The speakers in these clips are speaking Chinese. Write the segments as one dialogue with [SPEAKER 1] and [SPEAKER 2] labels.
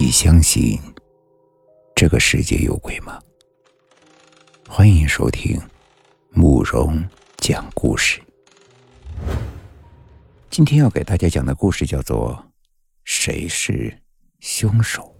[SPEAKER 1] 你相信这个世界有鬼吗？欢迎收听慕容讲故事。今天要给大家讲的故事叫做谁是凶手。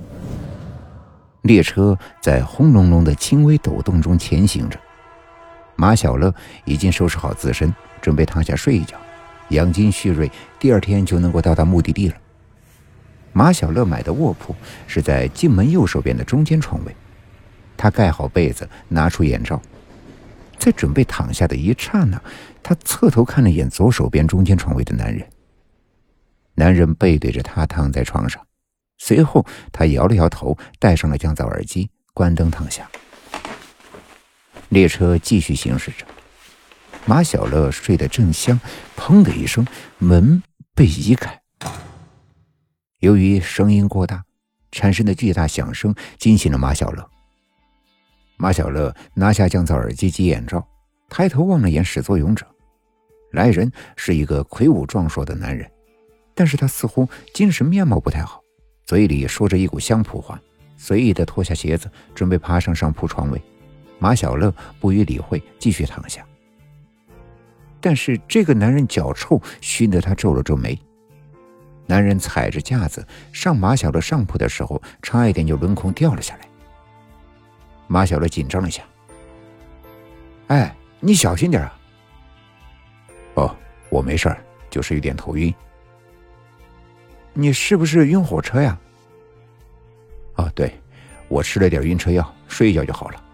[SPEAKER 1] 列车在轰隆隆的轻微抖动中前行着，马小乐已经收拾好自身，准备躺下睡一觉，养精蓄锐，第二天就能够到达目的地了。马小乐买的卧铺是在进门右手边的中间床位，他盖好被子，拿出眼罩，在准备躺下的一刹那，他侧头看了一眼左手边中间床位的男人。男人背对着他躺在床上，随后他摇了摇头，戴上了降噪耳机，关灯躺下。列车继续行驶着，马小乐睡得正香，砰的一声，门被移开。由于声音过大，产生的巨大响声惊醒了马小乐。马小乐拿下降噪耳机及眼罩，抬头望了眼始作俑者。来人是一个魁梧壮硕的男人，但是他似乎精神面貌不太好，嘴里说着一股乡土话，随意地脱下鞋子，准备爬上上铺床位。马小乐不予理会，继续躺下。但是这个男人脚臭，熏得他皱了皱眉。男人踩着架子上马小乐上铺的时候，差一点就轮空掉了下来。马小乐紧张了一下：“哎，你小心点啊！”“哦，我没事儿，就是有点头晕。”“你是不是晕火车呀？”“哦，对，我吃了点晕车药，睡一觉就好了。”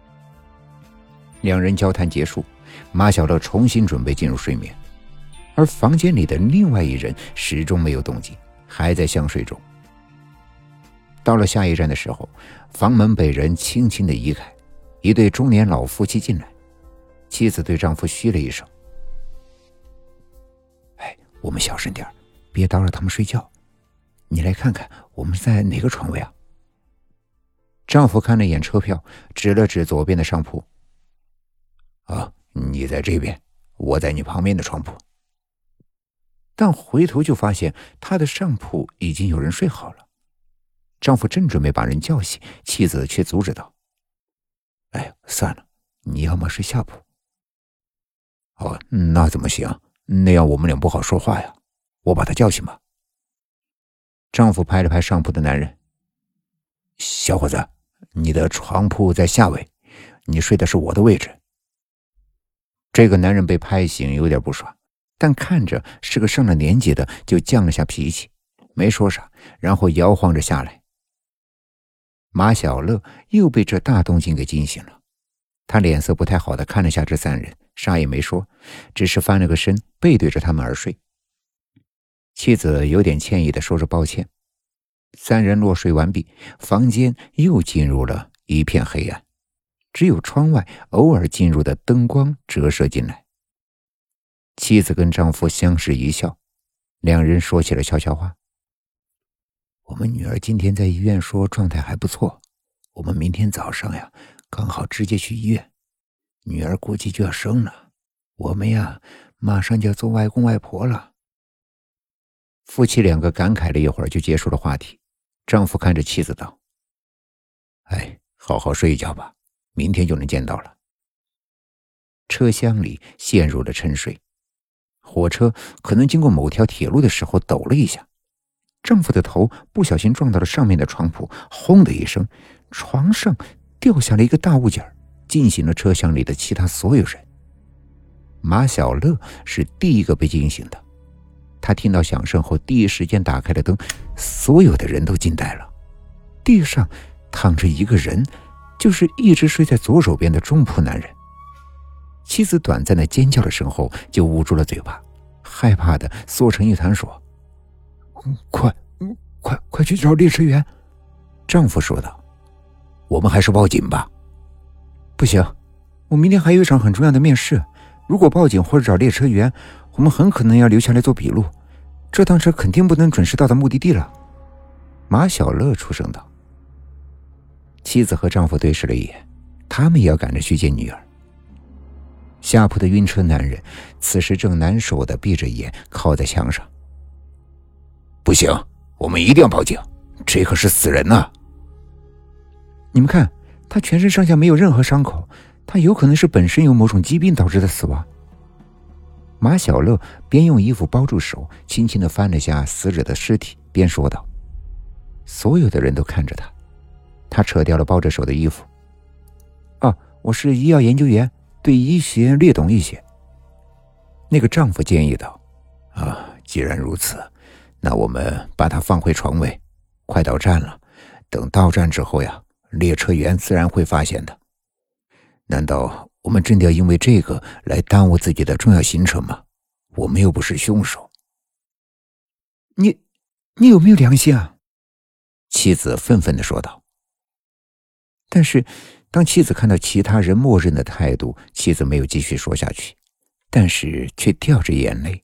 [SPEAKER 1] 两人交谈结束，马小乐重新准备进入睡眠，而房间里的另外一人始终没有动静，还在相睡中。到了下一站的时候，房门被人轻轻地移开，一对中年老夫妻进来。妻子对丈夫嘘了一声：“哎，我们小声点，别打扰他们睡觉。你来看看我们在哪个床位啊？”丈夫看了一眼车票，指了指左边的上铺：“啊，你在这边，我在你旁边的床铺。”但回头就发现他的上铺已经有人睡好了。丈夫正准备把人叫醒，妻子却阻止道：“哎，算了，你要么睡下铺。”“哦，那怎么行？那样我们俩不好说话呀。我把他叫醒吧。”丈夫拍了拍上铺的男人：“小伙子，你的床铺在下位，你睡的是我的位置。”这个男人被拍醒有点不爽，但看着是个上了年纪的，就降了下脾气，没说啥，然后摇晃着下来。马小乐又被这大动静给惊醒了，他脸色不太好的看了下这三人，啥也没说，只是翻了个身，背对着他们而睡。妻子有点歉意的说着抱歉。三人落睡完毕，房间又进入了一片黑暗，只有窗外偶尔进入的灯光折射进来。妻子跟丈夫相视一笑，两人说起了悄悄话：“我们女儿今天在医院说状态还不错，我们明天早上呀，刚好直接去医院。女儿估计就要生了，我们呀，马上就要做外公外婆了。”夫妻两个感慨了一会儿，就结束了话题。丈夫看着妻子道：“哎，好好睡一觉吧，明天就能见到了。”车厢里陷入了沉睡。火车可能经过某条铁路的时候抖了一下，丈夫的头不小心撞到了上面的床铺，轰的一声，床上掉下了一个大物件，惊醒了车厢里的其他所有人。马小乐是第一个被惊醒的，他听到响声后第一时间打开了灯，所有的人都惊呆了。地上躺着一个人，就是一直睡在左手边的中铺男人。妻子短暂的尖叫了声后就捂住了嘴巴，害怕的缩成一团说：“快去找列车员。”丈夫说道：“我们还是报警吧。”“不行，我明天还有一场很重要的面试，如果报警或者找列车员，我们很可能要留下来做笔录，这趟车肯定不能准时到达目的地了。”马小乐出声道。妻子和丈夫对视了一眼，他们也要赶着去见女儿。下铺的晕车男人此时正难受地闭着眼靠在墙上。“不行，我们一定要报警， 这可是死人呐！你们看，他全身上下没有任何伤口，他有可能是本身有某种疾病导致的死亡。马小乐边用衣服包住手，轻轻地翻了下死者的尸体，边说道。所有的人都看着他，他扯掉了包着手的衣服。我是医药研究员，对医学略懂一些。那个丈夫建议道。既然如此，那我们把他放回床位，快到站了，等到站之后呀，列车员自然会发现的。难道我们真的要因为这个来耽误自己的重要行程吗？我们又不是凶手。你有没有良心啊？妻子愤愤地说道。但是当妻子看到其他人默认的态度，妻子没有继续说下去，但是却掉着眼泪。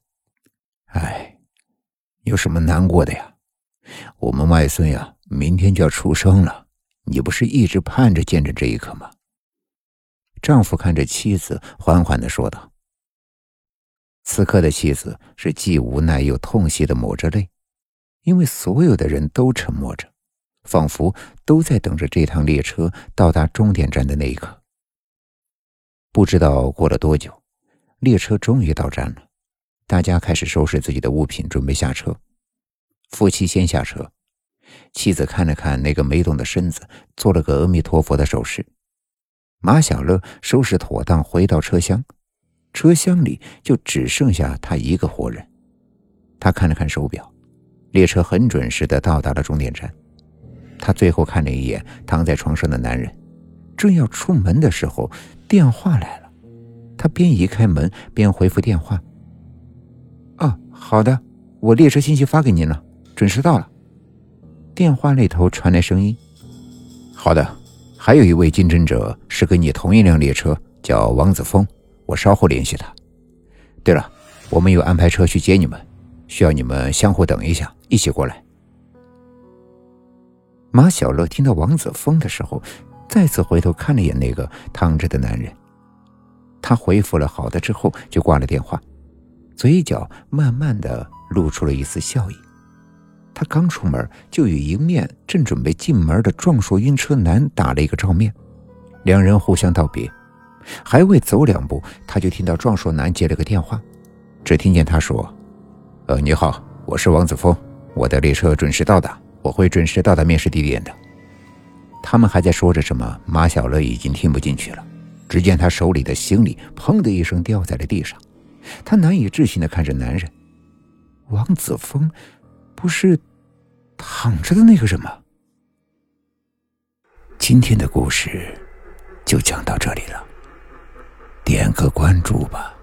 [SPEAKER 1] 有什么难过的呀？我们外孙呀，明天就要出生了，你不是一直盼着见证这一刻吗？丈夫看着妻子，缓缓地说道。此刻的妻子是既无奈又痛惜地抹着泪，因为所有的人都沉默着，仿佛都在等着这趟列车到达终点站的那一刻。不知道过了多久，列车终于到站了，大家开始收拾自己的物品，准备下车。夫妻先下车，妻子看了看那个没动的身子，做了个阿弥陀佛的手势。马小乐收拾妥当，回到车厢，车厢里就只剩下他一个活人。他看了看手表，列车很准时地到达了终点站。他最后看了一眼躺在床上的男人，正要出门的时候，电话来了。他边移开门边回复电话。好的，我列车信息发给您了，准时到了。电话那头传来声音。好的，还有一位竞争者是跟你同一辆列车，叫王子峰，我稍后联系他。对了，我们有安排车去接你们，需要你们相互等一下，一起过来。马小乐听到王子峰的时候，再次回头看了眼那个躺着的男人。他回复了好的之后就挂了电话，嘴角慢慢地露出了一丝笑意。他刚出门就与迎面正准备进门的壮硕晕车男打了一个照面，两人互相道别，还未走两步，他就听到壮硕男接了个电话，只听见他说：你好，我是王子峰，我的列车准时到达，我会准时到达面试地点的。他们还在说着什么，马小乐已经听不进去了，只见他手里的行李砰的一声掉在了地上。他难以置信地看着男人，王子峰不是躺着的那个人吗？今天的故事就讲到这里了，点个关注吧。